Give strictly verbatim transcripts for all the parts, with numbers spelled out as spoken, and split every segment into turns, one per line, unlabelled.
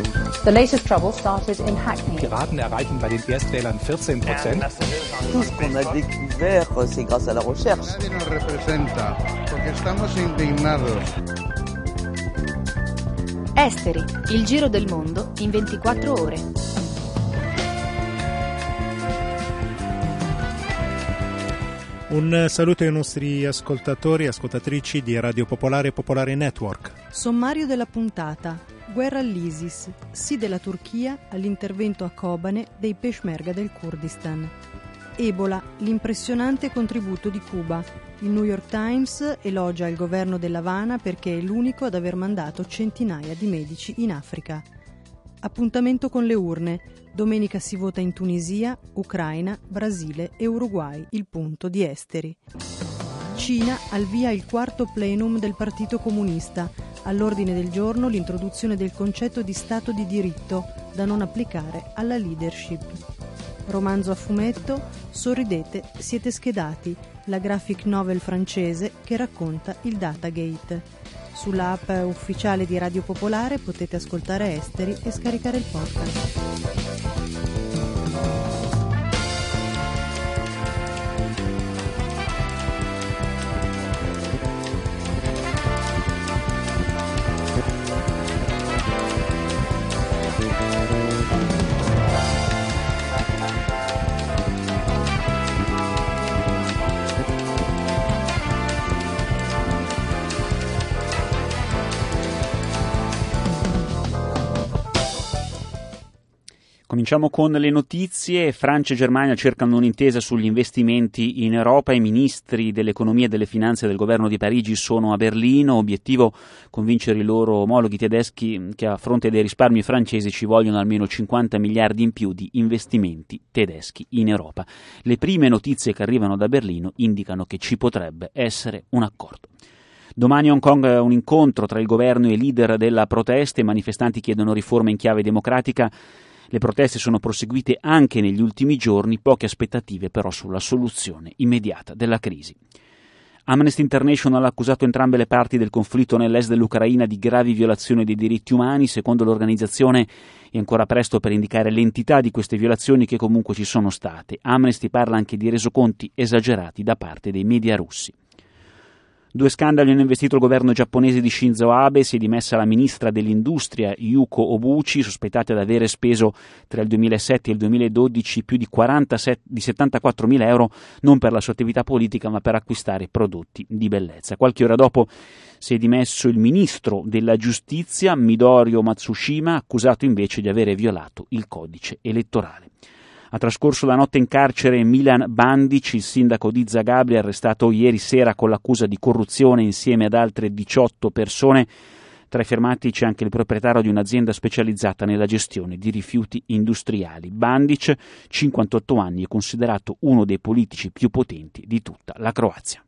The latest trouble started in Hackney.
Piraten erreichen bei den Erstwählern vierzehn Prozent.
Tout ce qu'on a découvert, c'est grâce à la recherche.
Nadie nos representa, porque estamos indignados.
Esteri, il giro del mondo in ventiquattro ore.
Un saluto ai nostri ascoltatori e ascoltatrici di Radio Popolare e Popolare Network.
Sommario della puntata. Guerra all'ISIS. Sì della Turchia all'intervento a Kobane dei Peshmerga del Kurdistan. Ebola, l'impressionante contributo di Cuba. Il New York Times elogia il governo dell'Havana perché è l'unico ad aver mandato centinaia di medici in Africa. Appuntamento con le urne. Domenica si vota in Tunisia, Ucraina, Brasile e Uruguay, il punto di Esteri. Cina al via il quarto plenum del Partito Comunista. All'ordine del giorno l'introduzione del concetto di Stato di diritto da non applicare alla leadership. Romanzo a fumetto, sorridete, siete schedati, la graphic novel francese che racconta il Datagate. Sulla app ufficiale di Radio Popolare potete ascoltare Esteri e scaricare il podcast.
Cominciamo con le notizie. Francia e Germania cercano un'intesa sugli investimenti in Europa. I ministri dell'economia e delle finanze del governo di Parigi sono a Berlino. Obiettivo convincere i loro omologhi tedeschi che a fronte dei risparmi francesi ci vogliono almeno cinquanta miliardi in più di investimenti tedeschi in Europa. Le prime notizie che arrivano da Berlino indicano che ci potrebbe essere un accordo. Domani a Hong Kong un incontro tra il governo e i leader della protesta. I manifestanti chiedono riforme in chiave democratica. Le proteste sono proseguite anche negli ultimi giorni, poche aspettative però sulla soluzione immediata della crisi. Amnesty International ha accusato entrambe le parti del conflitto nell'est dell'Ucraina di gravi violazioni dei diritti umani. Secondo l'organizzazione è ancora presto per indicare l'entità di queste violazioni, che comunque ci sono state. Amnesty parla anche di resoconti esagerati da parte dei media russi. Due scandali hanno investito il governo giapponese di Shinzo Abe. Si è dimessa la ministra dell'industria Yuko Obuchi, sospettata di avere speso tra il duemilasette e il duemiladodici più di, quarantasette, di settantaquattromila euro non per la sua attività politica ma per acquistare prodotti di bellezza. Qualche ora dopo si è dimesso il ministro della giustizia Midoriya Matsushima, accusato invece di avere violato il codice elettorale. Ha trascorso la notte in carcere Milan Bandic, il sindaco di Zagabria, arrestato ieri sera con l'accusa di corruzione insieme ad altre diciotto persone. Tra i fermati c'è anche il proprietario di un'azienda specializzata nella gestione di rifiuti industriali. Bandic, cinquantotto anni, è considerato uno dei politici più potenti di tutta la Croazia.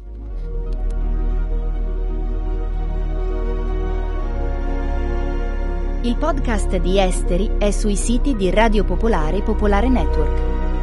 Il podcast di Esteri è sui siti di Radio Popolare e Popolare Network.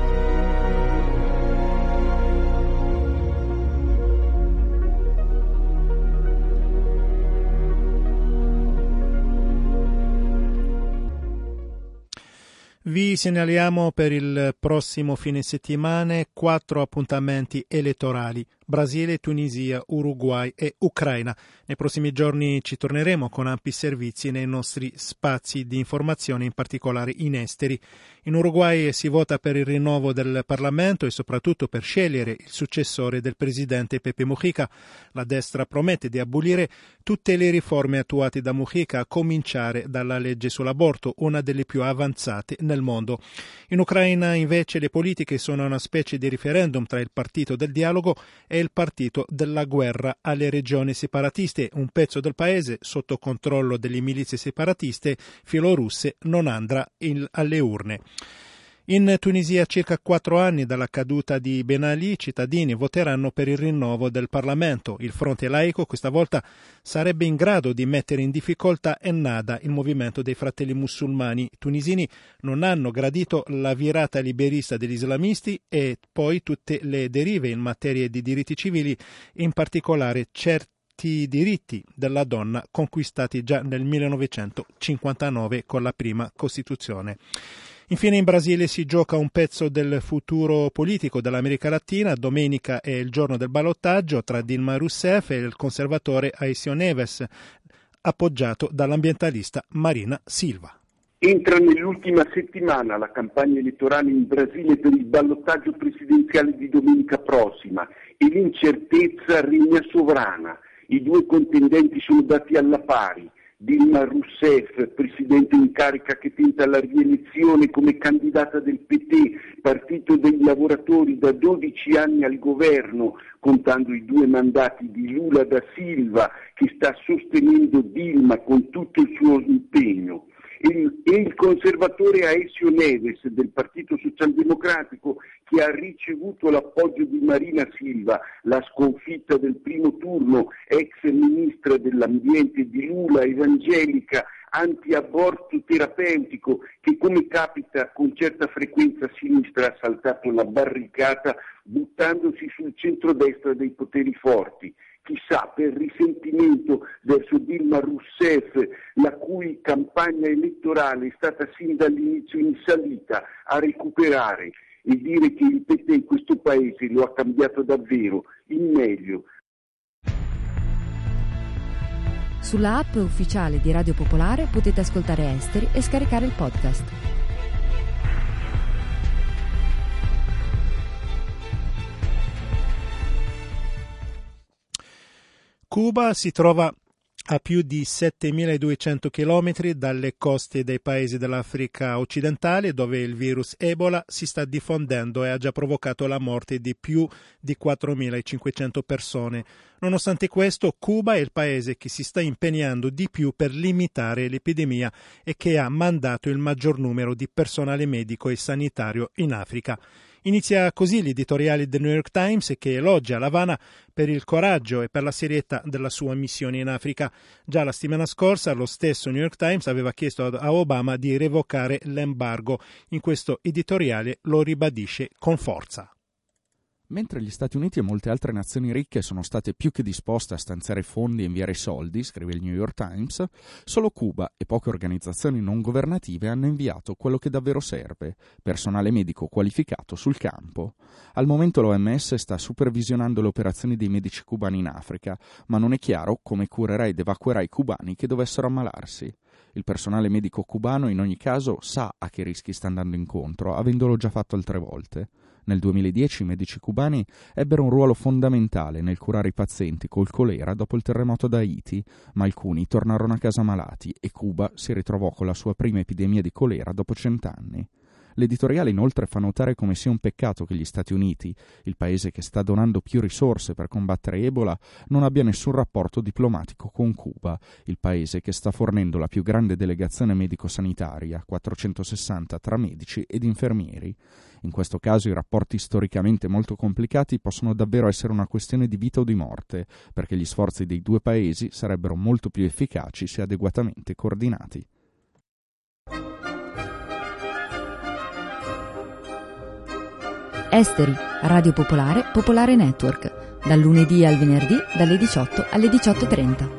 Vi segnaliamo per il prossimo fine settimana quattro appuntamenti elettorali: Brasile, Tunisia, Uruguay e Ucraina. Nei prossimi giorni ci torneremo con ampi servizi nei nostri spazi di informazione, in particolare in esteri. In Uruguay si vota per il rinnovo del Parlamento e soprattutto per scegliere il successore del presidente Pepe Mujica. La destra promette di abolire tutte le riforme attuate da Mujica, a cominciare dalla legge sull'aborto, una delle più avanzate nel mondo. In Ucraina invece le politiche sono una specie di referendum tra il partito del dialogo e il partito della guerra alle regioni separatiste. Un pezzo del paese sotto controllo delle milizie separatiste filorusse non andrà in, alle urne. In Tunisia, a circa quattro anni dalla caduta di Ben Ali, i cittadini voteranno per il rinnovo del Parlamento. Il fronte laico questa volta sarebbe in grado di mettere in difficoltà Ennahda, il movimento dei fratelli musulmani. I tunisini non hanno gradito la virata liberista degli islamisti e poi tutte le derive in materia di diritti civili, in particolare certi molti diritti della donna conquistati già nel millenovecentocinquantanove con la prima Costituzione. Infine in Brasile si gioca un pezzo del futuro politico dell'America Latina. Domenica è il giorno del ballottaggio tra Dilma Rousseff e il conservatore Aécio Neves, appoggiato dall'ambientalista Marina Silva.
Entra nell'ultima settimana la campagna elettorale in Brasile per il ballottaggio presidenziale di domenica prossima e l'incertezza regna sovrana. I due contendenti sono dati alla pari. Dilma Rousseff, presidente in carica che tenta la rielezione come candidata del P T, partito dei lavoratori da dodici anni al governo, contando i due mandati di Lula da Silva, che sta sostenendo Dilma con tutto il suo impegno. Il, e il conservatore Aécio Neves del Partito Socialdemocratico, che ha ricevuto l'appoggio di Marina Silva, la sconfitta del primo turno, ex ministra dell'ambiente di Lula, evangelica, anti-aborto terapeutico, che come capita con certa frequenza a sinistra ha saltato la barricata buttandosi sul centrodestra dei poteri forti. Chissà, per risentimento verso Dilma Rousseff, la cui campagna elettorale è stata sin dall'inizio in salita, a recuperare e dire che il P T in questo paese lo ha cambiato davvero, in meglio.
Sulla app ufficiale di Radio Popolare potete ascoltare Esteri e scaricare il podcast.
Cuba si trova a più di settemiladuecento chilometri dalle coste dei paesi dell'Africa occidentale, dove il virus Ebola si sta diffondendo e ha già provocato la morte di più di quattromilacinquecento persone. Nonostante questo, Cuba è il paese che si sta impegnando di più per limitare l'epidemia e che ha mandato il maggior numero di personale medico e sanitario in Africa. Inizia così l'editoriale del New York Times, che elogia l'Havana per il coraggio e per la serietà della sua missione in Africa. Già la settimana scorsa lo stesso New York Times aveva chiesto a Obama di revocare l'embargo. In questo editoriale lo ribadisce con forza.
Mentre gli Stati Uniti e molte altre nazioni ricche sono state più che disposte a stanziare fondi e inviare soldi, scrive il New York Times, solo Cuba e poche organizzazioni non governative hanno inviato quello che davvero serve, personale medico qualificato sul campo. Al momento l'O M S sta supervisionando le operazioni dei medici cubani in Africa, ma non è chiaro come curerà ed evacuerà i cubani che dovessero ammalarsi. Il personale medico cubano in ogni caso sa a che rischi sta andando incontro, avendolo già fatto altre volte. Nel duemiladieci i medici cubani ebbero un ruolo fondamentale nel curare i pazienti col colera dopo il terremoto da Haiti, ma alcuni tornarono a casa malati e Cuba si ritrovò con la sua prima epidemia di colera dopo cent'anni. L'editoriale inoltre fa notare come sia un peccato che gli Stati Uniti, il paese che sta donando più risorse per combattere Ebola, non abbia nessun rapporto diplomatico con Cuba, il paese che sta fornendo la più grande delegazione medico-sanitaria, quattrocentosessanta tra medici ed infermieri. In questo caso i rapporti storicamente molto complicati possono davvero essere una questione di vita o di morte, perché gli sforzi dei due paesi sarebbero molto più efficaci se adeguatamente coordinati.
Esteri, Radio Popolare, Popolare Network, dal lunedì al venerdì dalle diciotto alle diciotto e trenta.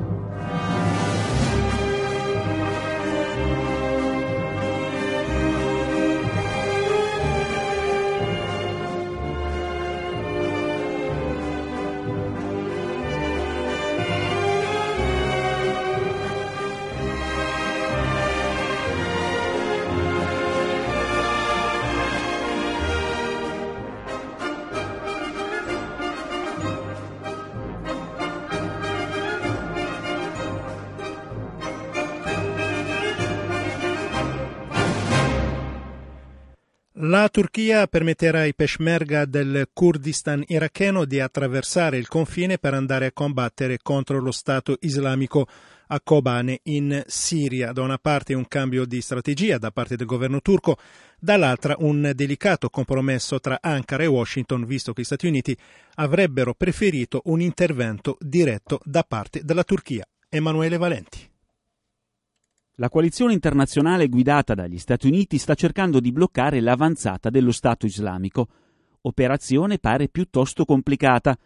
La Turchia permetterà ai peshmerga del Kurdistan iracheno di attraversare il confine per andare a combattere contro lo Stato islamico a Kobane in Siria. Da una parte un cambio di strategia da parte del governo turco, dall'altra un delicato compromesso tra Ankara e Washington, visto che gli Stati Uniti avrebbero preferito un intervento diretto da parte della Turchia. Emanuele Valenti.
La coalizione internazionale guidata dagli Stati Uniti sta cercando di bloccare l'avanzata dello Stato islamico. Operazione pare piuttosto complicata.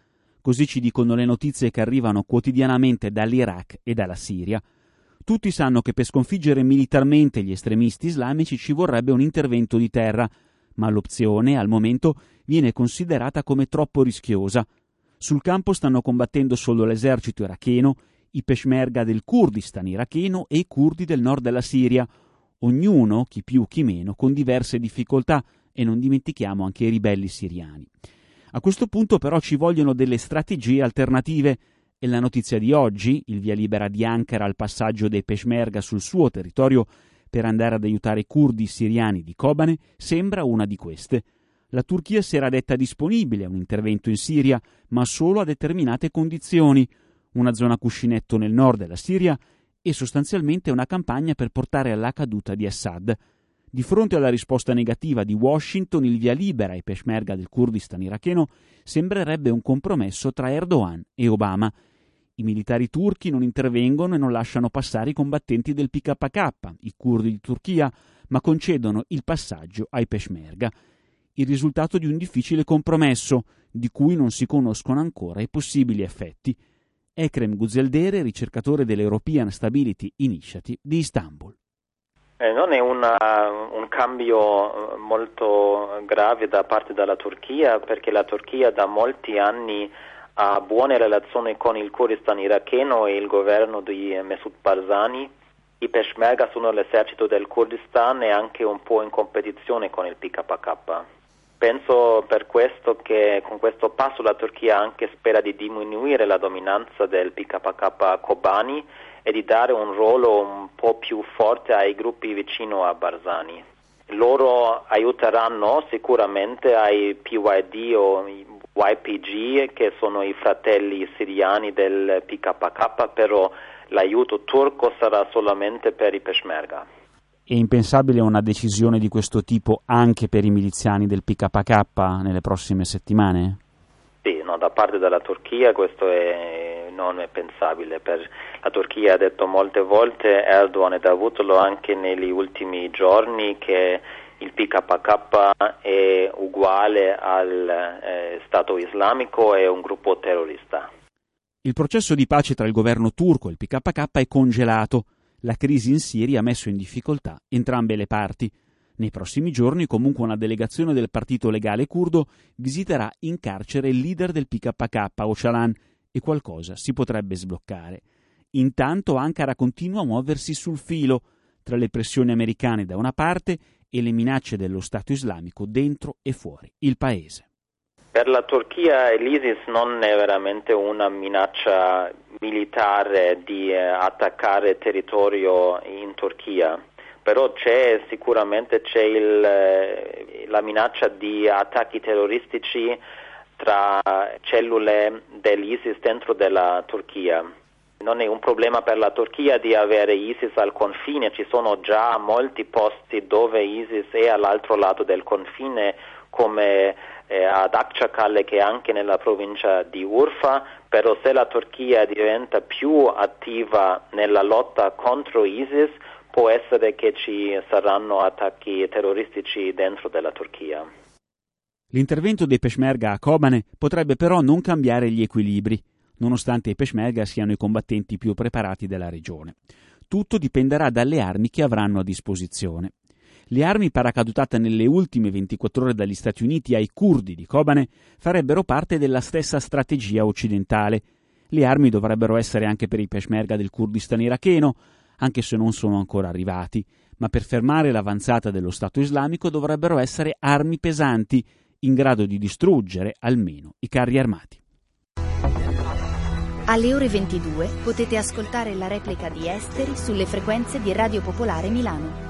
Così ci dicono le notizie che arrivano quotidianamente dall'Iraq e dalla Siria. Tutti sanno che per sconfiggere militarmente gli estremisti islamici ci vorrebbe un intervento di terra, ma l'opzione, al momento, viene considerata come troppo rischiosa. Sul campo stanno combattendo solo l'esercito iracheno, i peshmerga del Kurdistan iracheno e i curdi del nord della Siria, ognuno, chi più chi meno, con diverse difficoltà, e non dimentichiamo anche i ribelli siriani. A questo punto però ci vogliono delle strategie alternative e la notizia di oggi, il via libera di Ankara al passaggio dei peshmerga sul suo territorio per andare ad aiutare i curdi siriani di Kobane, sembra una di queste. La Turchia si era detta disponibile a un intervento in Siria, ma solo a determinate condizioni, una zona cuscinetto nel nord della Siria e sostanzialmente una campagna per portare alla caduta di Assad. Di fronte alla risposta negativa di Washington, il via libera ai peshmerga del Kurdistan iracheno sembrerebbe un compromesso tra Erdogan e Obama. I militari turchi non intervengono e non lasciano passare i combattenti del P K K, i curdi di Turchia, ma concedono il passaggio ai peshmerga. Il risultato di un difficile compromesso, di cui non si conoscono ancora i possibili effetti. Ekrem Guzeldere, ricercatore dell'European Stability Initiative di Istanbul.
Eh, non è una, un cambio molto grave da parte della Turchia, perché la Turchia da molti anni ha buone relazioni con il Kurdistan iracheno e il governo di Mesut Barzani. I peshmerga sono l'esercito del Kurdistan e anche un po' in competizione con il P K K. Penso per questo che con questo passo la Turchia anche spera di diminuire la dominanza del P K K a Kobani e di dare un ruolo un po' più forte ai gruppi vicino a Barzani. Loro aiuteranno sicuramente ai P Y D o Y P G, che sono i fratelli siriani del P K K, però l'aiuto turco sarà solamente per i peshmerga.
È impensabile una decisione di questo tipo anche per i miliziani del P K K nelle prossime settimane?
Sì, no, da parte della Turchia questo è, non è pensabile. Per la Turchia ha detto molte volte, Erdogan ed Davutoglu anche negli ultimi giorni, che il P K K è uguale al eh, Stato islamico, è un gruppo terrorista.
Il processo di pace tra il governo turco e il P K K è congelato. La crisi in Siria ha messo in difficoltà entrambe le parti. Nei prossimi giorni, comunque, una delegazione del partito legale curdo visiterà in carcere il leader del P K K, Öcalan, e qualcosa si potrebbe sbloccare. Intanto Ankara continua a muoversi sul filo, tra le pressioni americane da una parte e le minacce dello Stato islamico dentro e fuori il paese.
Per la Turchia l'ISIS non è veramente una minaccia militare di eh, attaccare territorio in Turchia, però c'è sicuramente c'è il, eh, la minaccia di attacchi terroristici tra cellule dell'ISIS dentro della Turchia. Non è un problema per la Turchia di avere ISIS al confine, ci sono già molti posti dove ISIS è all'altro lato del confine, come eh, ad Akçakale, che è anche nella provincia di Urfa, però se la Turchia diventa più attiva nella lotta contro ISIS, può essere che ci saranno attacchi terroristici dentro della Turchia.
L'intervento dei peshmerga a Kobane potrebbe però non cambiare gli equilibri, nonostante i peshmerga siano i combattenti più preparati della regione. Tutto dipenderà dalle armi che avranno a disposizione. Le armi paracadutate nelle ultime ventiquattro ore dagli Stati Uniti ai curdi di Kobane farebbero parte della stessa strategia occidentale. Le armi dovrebbero essere anche per i peshmerga del Kurdistan iracheno, anche se non sono ancora arrivati, ma per fermare l'avanzata dello Stato islamico dovrebbero essere armi pesanti, in grado di distruggere almeno i carri armati.
Alle ore ventidue potete ascoltare la replica di Esteri sulle frequenze di Radio Popolare Milano.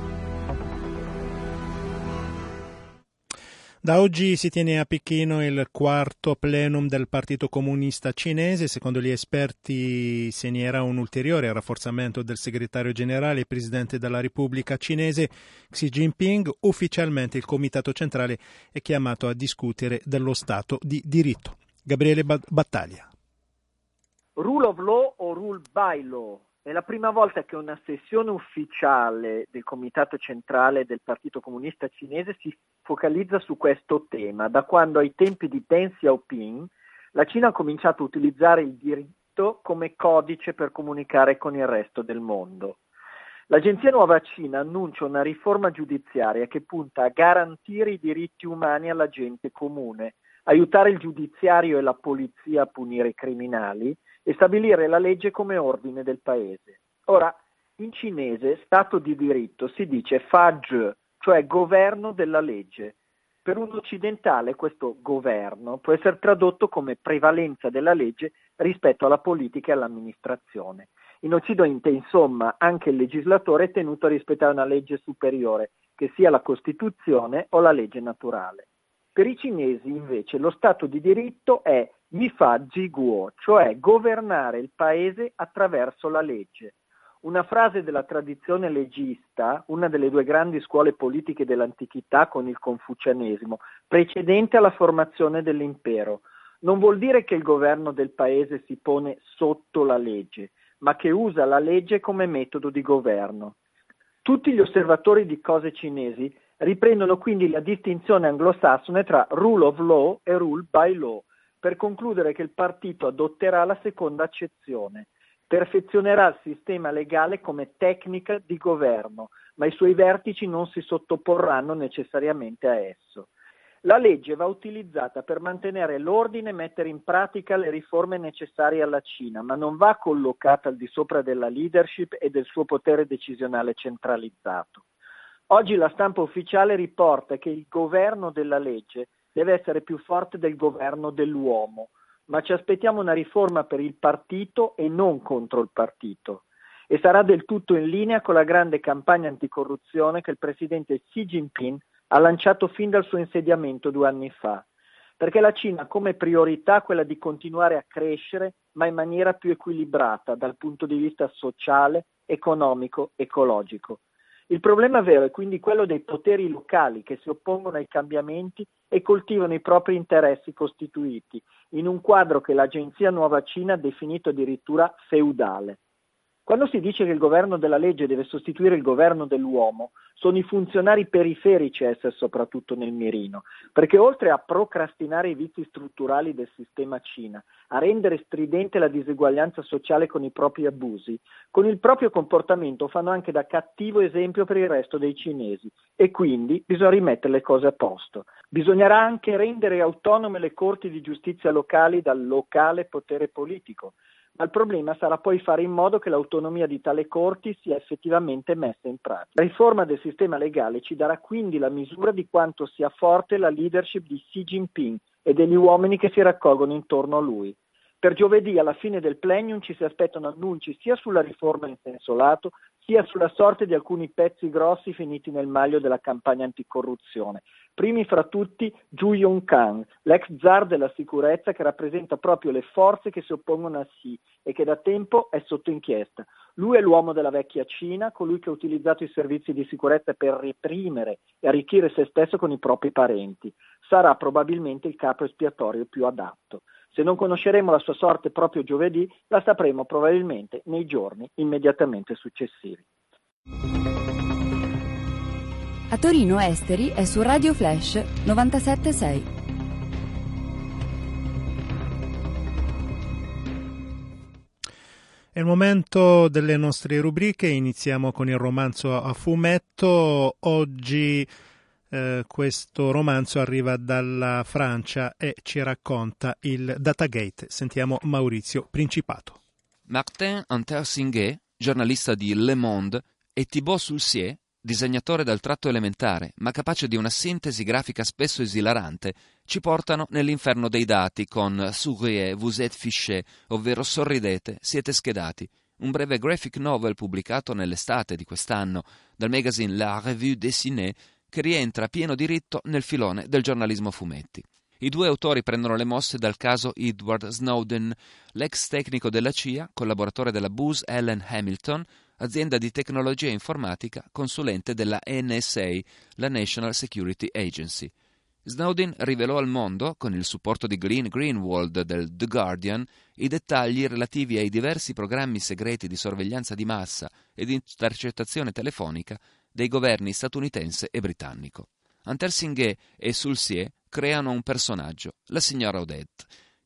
Da oggi si tiene a Pechino il quarto plenum del Partito Comunista Cinese. Secondo gli esperti segnerà un ulteriore rafforzamento del segretario generale e presidente della Repubblica Cinese Xi Jinping. Ufficialmente il Comitato Centrale è chiamato a discutere dello Stato di diritto. Gabriele Battaglia.
Rule of law o rule by law? È la prima volta che una sessione ufficiale del Comitato Centrale del Partito Comunista Cinese si focalizza su questo tema, da quando ai tempi di Deng Xiaoping La Cina ha cominciato a utilizzare il diritto come codice per comunicare con il resto del mondo. L'Agenzia Nuova Cina annuncia una riforma giudiziaria che punta a garantire i diritti umani alla gente comune, aiutare il giudiziario e la polizia a punire i criminali e stabilire la legge come ordine del paese. Ora, in cinese, Stato di diritto si dice fa zhe, cioè governo della legge. Per un occidentale questo governo può essere tradotto come prevalenza della legge rispetto alla politica e all'amministrazione. In Occidente, insomma, anche il legislatore è tenuto a rispettare una legge superiore, che sia la Costituzione o la legge naturale. Per i cinesi, invece, lo Stato di diritto è Yifa Jiguo, cioè governare il paese attraverso la legge. Una frase della tradizione leggista, una delle due grandi scuole politiche dell'antichità con il confucianesimo, precedente alla formazione dell'impero. Non vuol dire che il governo del paese si pone sotto la legge, ma che usa la legge come metodo di governo. Tutti gli osservatori di cose cinesi riprendono quindi la distinzione anglosassone tra rule of law e rule by law, per concludere che il partito adotterà la seconda accezione. Perfezionerà il sistema legale come tecnica di governo, ma i suoi vertici non si sottoporranno necessariamente a esso. La legge va utilizzata per mantenere l'ordine e mettere in pratica le riforme necessarie alla Cina, ma non va collocata al di sopra della leadership e del suo potere decisionale centralizzato. Oggi la stampa ufficiale riporta che il governo della legge deve essere più forte del governo dell'uomo, ma ci aspettiamo una riforma per il partito e non contro il partito. E sarà del tutto in linea con la grande campagna anticorruzione che il presidente Xi Jinping ha lanciato fin dal suo insediamento due anni fa. Perché la Cina ha come priorità quella di continuare a crescere, ma in maniera più equilibrata dal punto di vista sociale, economico, ecologico. Il problema vero è quindi quello dei poteri locali che si oppongono ai cambiamenti e coltivano i propri interessi costituiti, in un quadro che l'Agenzia Nuova Cina ha definito addirittura feudale. Quando si dice che il governo della legge deve sostituire il governo dell'uomo, sono i funzionari periferici a essere soprattutto nel mirino, perché oltre a procrastinare i vizi strutturali del sistema Cina, a rendere stridente la diseguaglianza sociale con i propri abusi, con il proprio comportamento fanno anche da cattivo esempio per il resto dei cinesi e quindi bisogna rimettere le cose a posto. Bisognerà anche rendere autonome le corti di giustizia locali dal locale potere politico. Ma il problema sarà poi fare in modo che l'autonomia di tale corti sia effettivamente messa in pratica. La riforma del sistema legale ci darà quindi la misura di quanto sia forte la leadership di Xi Jinping e degli uomini che si raccolgono intorno a lui. Per giovedì, alla fine del plenum, ci si aspettano annunci sia sulla riforma in senso lato, sia sulla sorte di alcuni pezzi grossi finiti nel maglio della campagna anticorruzione. Primi fra tutti Zhu Yongkang, l'ex zar della sicurezza che rappresenta proprio le forze che si oppongono a Xi e che da tempo è sotto inchiesta. Lui è l'uomo della vecchia Cina, colui che ha utilizzato i servizi di sicurezza per reprimere e arricchire se stesso con i propri parenti. Sarà probabilmente il capo espiatorio più adatto. Se non conosceremo la sua sorte proprio giovedì, la sapremo probabilmente nei giorni immediatamente successivi.
A Torino Esteri è su Radio Flash novantasette sei.
È il momento delle nostre rubriche, iniziamo con il romanzo a fumetto. Oggi eh, questo romanzo arriva dalla Francia e ci racconta il Datagate. Sentiamo Maurizio Principato.
Martin Intersinguet, giornalista di Le Monde, e Thibaut Sulcier, disegnatore dal tratto elementare, ma capace di una sintesi grafica spesso esilarante, ci portano nell'inferno dei dati con Souriez, vous êtes fiché, ovvero sorridete, siete schedati, un breve graphic novel pubblicato nell'estate di quest'anno dal magazine La Revue Dessinée, che rientra a pieno diritto nel filone del giornalismo fumetti. I due autori prendono le mosse dal caso Edward Snowden, l'ex tecnico della C I A, collaboratore della Booz Allen Hamilton, azienda di tecnologia informatica, consulente della N S A, la National Security Agency. Snowden rivelò al mondo, con il supporto di Glenn Greenwald del The Guardian, i dettagli relativi ai diversi programmi segreti di sorveglianza di massa e di intercettazione telefonica dei governi statunitense e britannico. Intersinguet e Sulcier creano un personaggio, la signora Odette,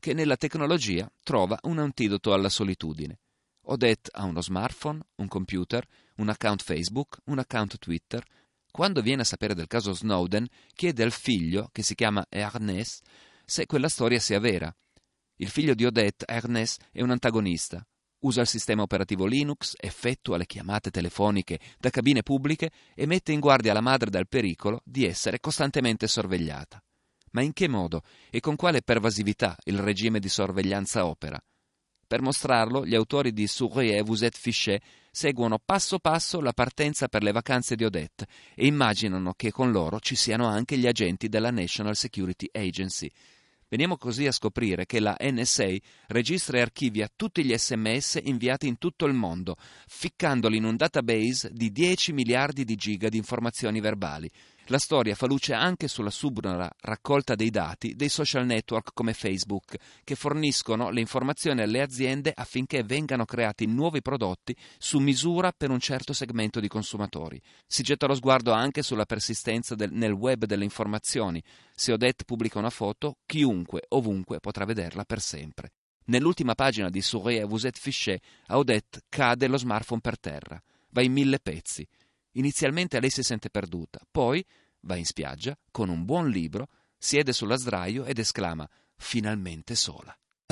che nella tecnologia trova un antidoto alla solitudine. Odette ha uno smartphone, un computer, un account Facebook, un account Twitter. Quando viene a sapere del caso Snowden, chiede al figlio, che si chiama Ernest, se quella storia sia vera. Il figlio di Odette, Ernest, è un antagonista. Usa il sistema operativo Linux, effettua le chiamate telefoniche da cabine pubbliche e mette in guardia la madre dal pericolo di essere costantemente sorvegliata. Ma in che modo e con quale pervasività il regime di sorveglianza opera? Per mostrarlo, gli autori di Souris et vous êtes fiché seguono passo passo la partenza per le vacanze di Odette e immaginano che con loro ci siano anche gli agenti della National Security Agency. Veniamo così a scoprire che la N S A registra e archivia tutti gli sms inviati in tutto il mondo, ficcandoli in un database di dieci miliardi di giga di informazioni verbali. La storia fa luce anche sulla subdola raccolta dei dati dei social network come Facebook, che forniscono le informazioni alle aziende affinché vengano creati nuovi prodotti su misura per un certo segmento di consumatori. Si getta lo sguardo anche sulla persistenza del, nel web delle informazioni. Se Odette pubblica una foto, chiunque, ovunque, potrà vederla per sempre. Nell'ultima pagina di Souris et vous êtes fiché, a Odette cade lo smartphone per terra. Va in mille pezzi. Inizialmente lei si sente perduta, poi va in spiaggia con un buon libro, siede sulla sdraio ed esclama: finalmente sola.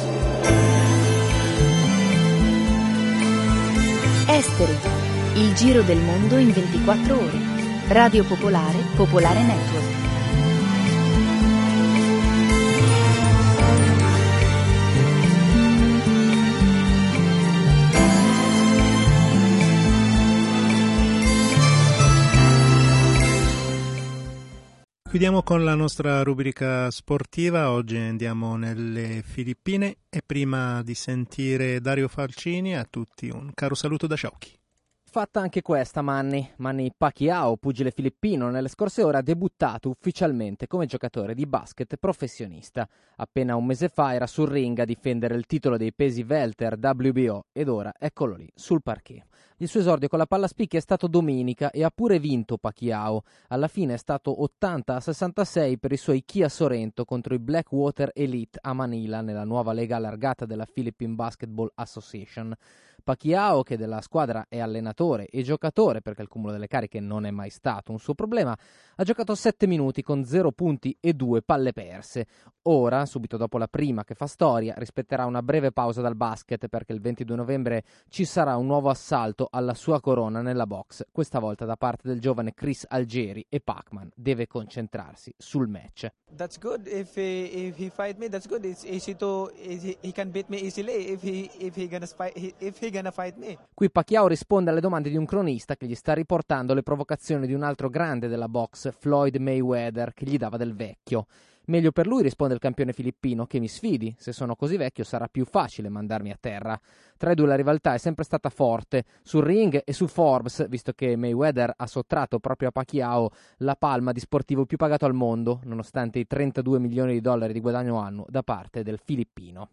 Esteri, il giro del mondo in ventiquattro ore. Radio Popolare, Popolare Network.
Chiudiamo con la nostra rubrica sportiva. Oggi andiamo nelle Filippine e prima di sentire Dario Falcini, a tutti un caro saluto da Sciauchi.
Fatta anche questa Manny. Manny Pacquiao, pugile filippino, nelle scorse ore ha debuttato ufficialmente come giocatore di basket professionista. Appena un mese fa era sul ring a difendere il titolo dei pesi welter W B O ed ora eccolo lì, sul parquet. Il suo esordio con la palla spicchi è stato domenica e ha pure vinto Pacquiao. Alla fine è stato ottanta a sessantasei per i suoi Kia Sorrento contro i Blackwater Elite a Manila nella nuova lega allargata della Philippine Basketball Association. Pacquiao, che della squadra è allenatore e giocatore, perché il cumulo delle cariche non è mai stato un suo problema, ha giocato sette minuti con zero punti e due palle perse. Ora, subito dopo la prima che fa storia, rispetterà una breve pausa dal basket perché il ventidue novembre ci sarà un nuovo assalto alla sua corona nella box, questa volta da parte del giovane Chris Algieri, e Pacman deve concentrarsi sul match.
That's good if he, if he fight me. That's good. It's easy to he, he can beat me easily if he if he gonna fight if he gonna fight me.
Qui Pacquiao risponde alle domande di un cronista che gli sta riportando le provocazioni di un altro grande della box, Floyd Mayweather, che gli dava del vecchio. Meglio per lui, risponde il campione filippino, che mi sfidi. Se sono così vecchio sarà più facile mandarmi a terra. Tra i due la rivalità è sempre stata forte, sul ring e su Forbes, visto che Mayweather ha sottratto proprio a Pacquiao la palma di sportivo più pagato al mondo, nonostante i trentadue milioni di dollari di guadagno annuo da parte del filippino.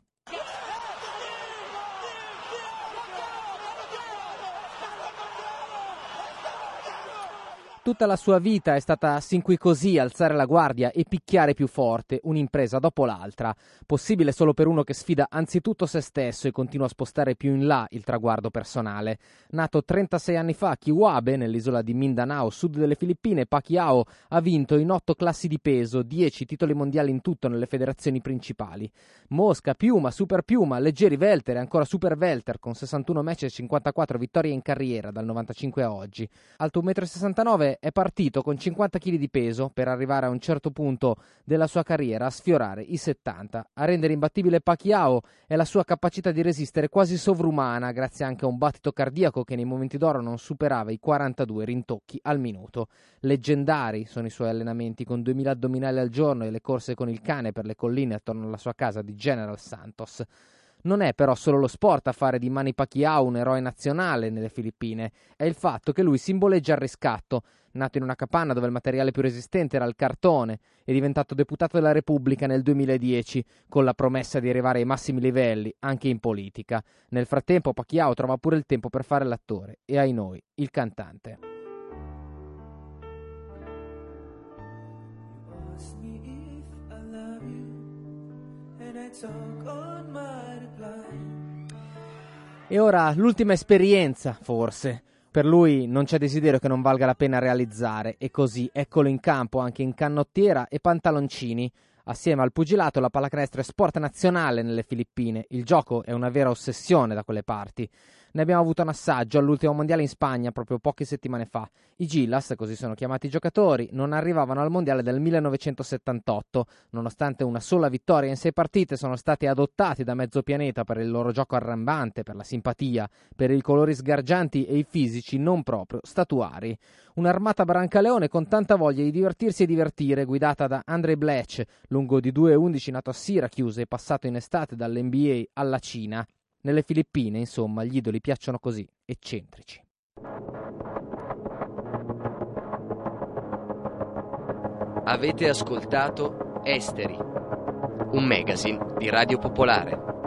Tutta la sua vita è stata sin qui così, alzare la guardia e picchiare più forte, un'impresa dopo l'altra. Possibile solo per uno che sfida anzitutto se stesso e continua a spostare più in là il traguardo personale. Nato trentasei anni fa a Kiwabe, nell'isola di Mindanao, sud delle Filippine, Pacquiao ha vinto in otto classi di peso, dieci titoli mondiali in tutto nelle federazioni principali. Mosca, piuma, super piuma, leggeri welter e ancora super welter, con sessantuno match e cinquantaquattro vittorie in carriera dal novantacinque a oggi. Alto un metro e sessantanove, è partito con cinquanta chili di peso per arrivare a un certo punto della sua carriera a sfiorare i settanta. A rendere imbattibile Pacquiao è la sua capacità di resistere quasi sovrumana, grazie anche a un battito cardiaco che nei momenti d'oro non superava i quarantadue rintocchi al minuto. Leggendari sono i suoi allenamenti con duemila addominali al giorno e le corse con il cane per le colline attorno alla sua casa di General Santos. Non è però solo lo sport a fare di Manny Pacquiao un eroe nazionale nelle Filippine, è il fatto che lui simboleggia il riscatto. Nato in una capanna dove il materiale più resistente era il cartone, è diventato deputato della Repubblica nel duemiladieci, con la promessa di arrivare ai massimi livelli, anche in politica. Nel frattempo Pacquiao trova pure il tempo per fare l'attore e, ai noi, il cantante.
And I
E ora l'ultima esperienza, forse. Per lui non c'è desiderio che non valga la pena realizzare, e così eccolo in campo anche in canottiera e pantaloncini. Assieme al pugilato la pallacanestro è sport nazionale nelle Filippine, il gioco è una vera ossessione da quelle parti. Ne abbiamo avuto un assaggio all'ultimo mondiale in Spagna proprio poche settimane fa. I Gilas, così sono chiamati i giocatori, non arrivavano al mondiale del millenovecentosettantotto. Nonostante una sola vittoria in sei partite, sono stati adottati da mezzo pianeta per il loro gioco arrambante, per la simpatia, per i colori sgargianti e i fisici non proprio statuari. Un'armata brancaleone con tanta voglia di divertirsi e divertire, guidata da Andrej Blech, lungo di due e undici, nato a Syracuse e passato in estate dall'N B A alla Cina. Nelle Filippine, insomma, gli idoli piacciono così, eccentrici.
Avete ascoltato Esteri, un magazine di Radio Popolare.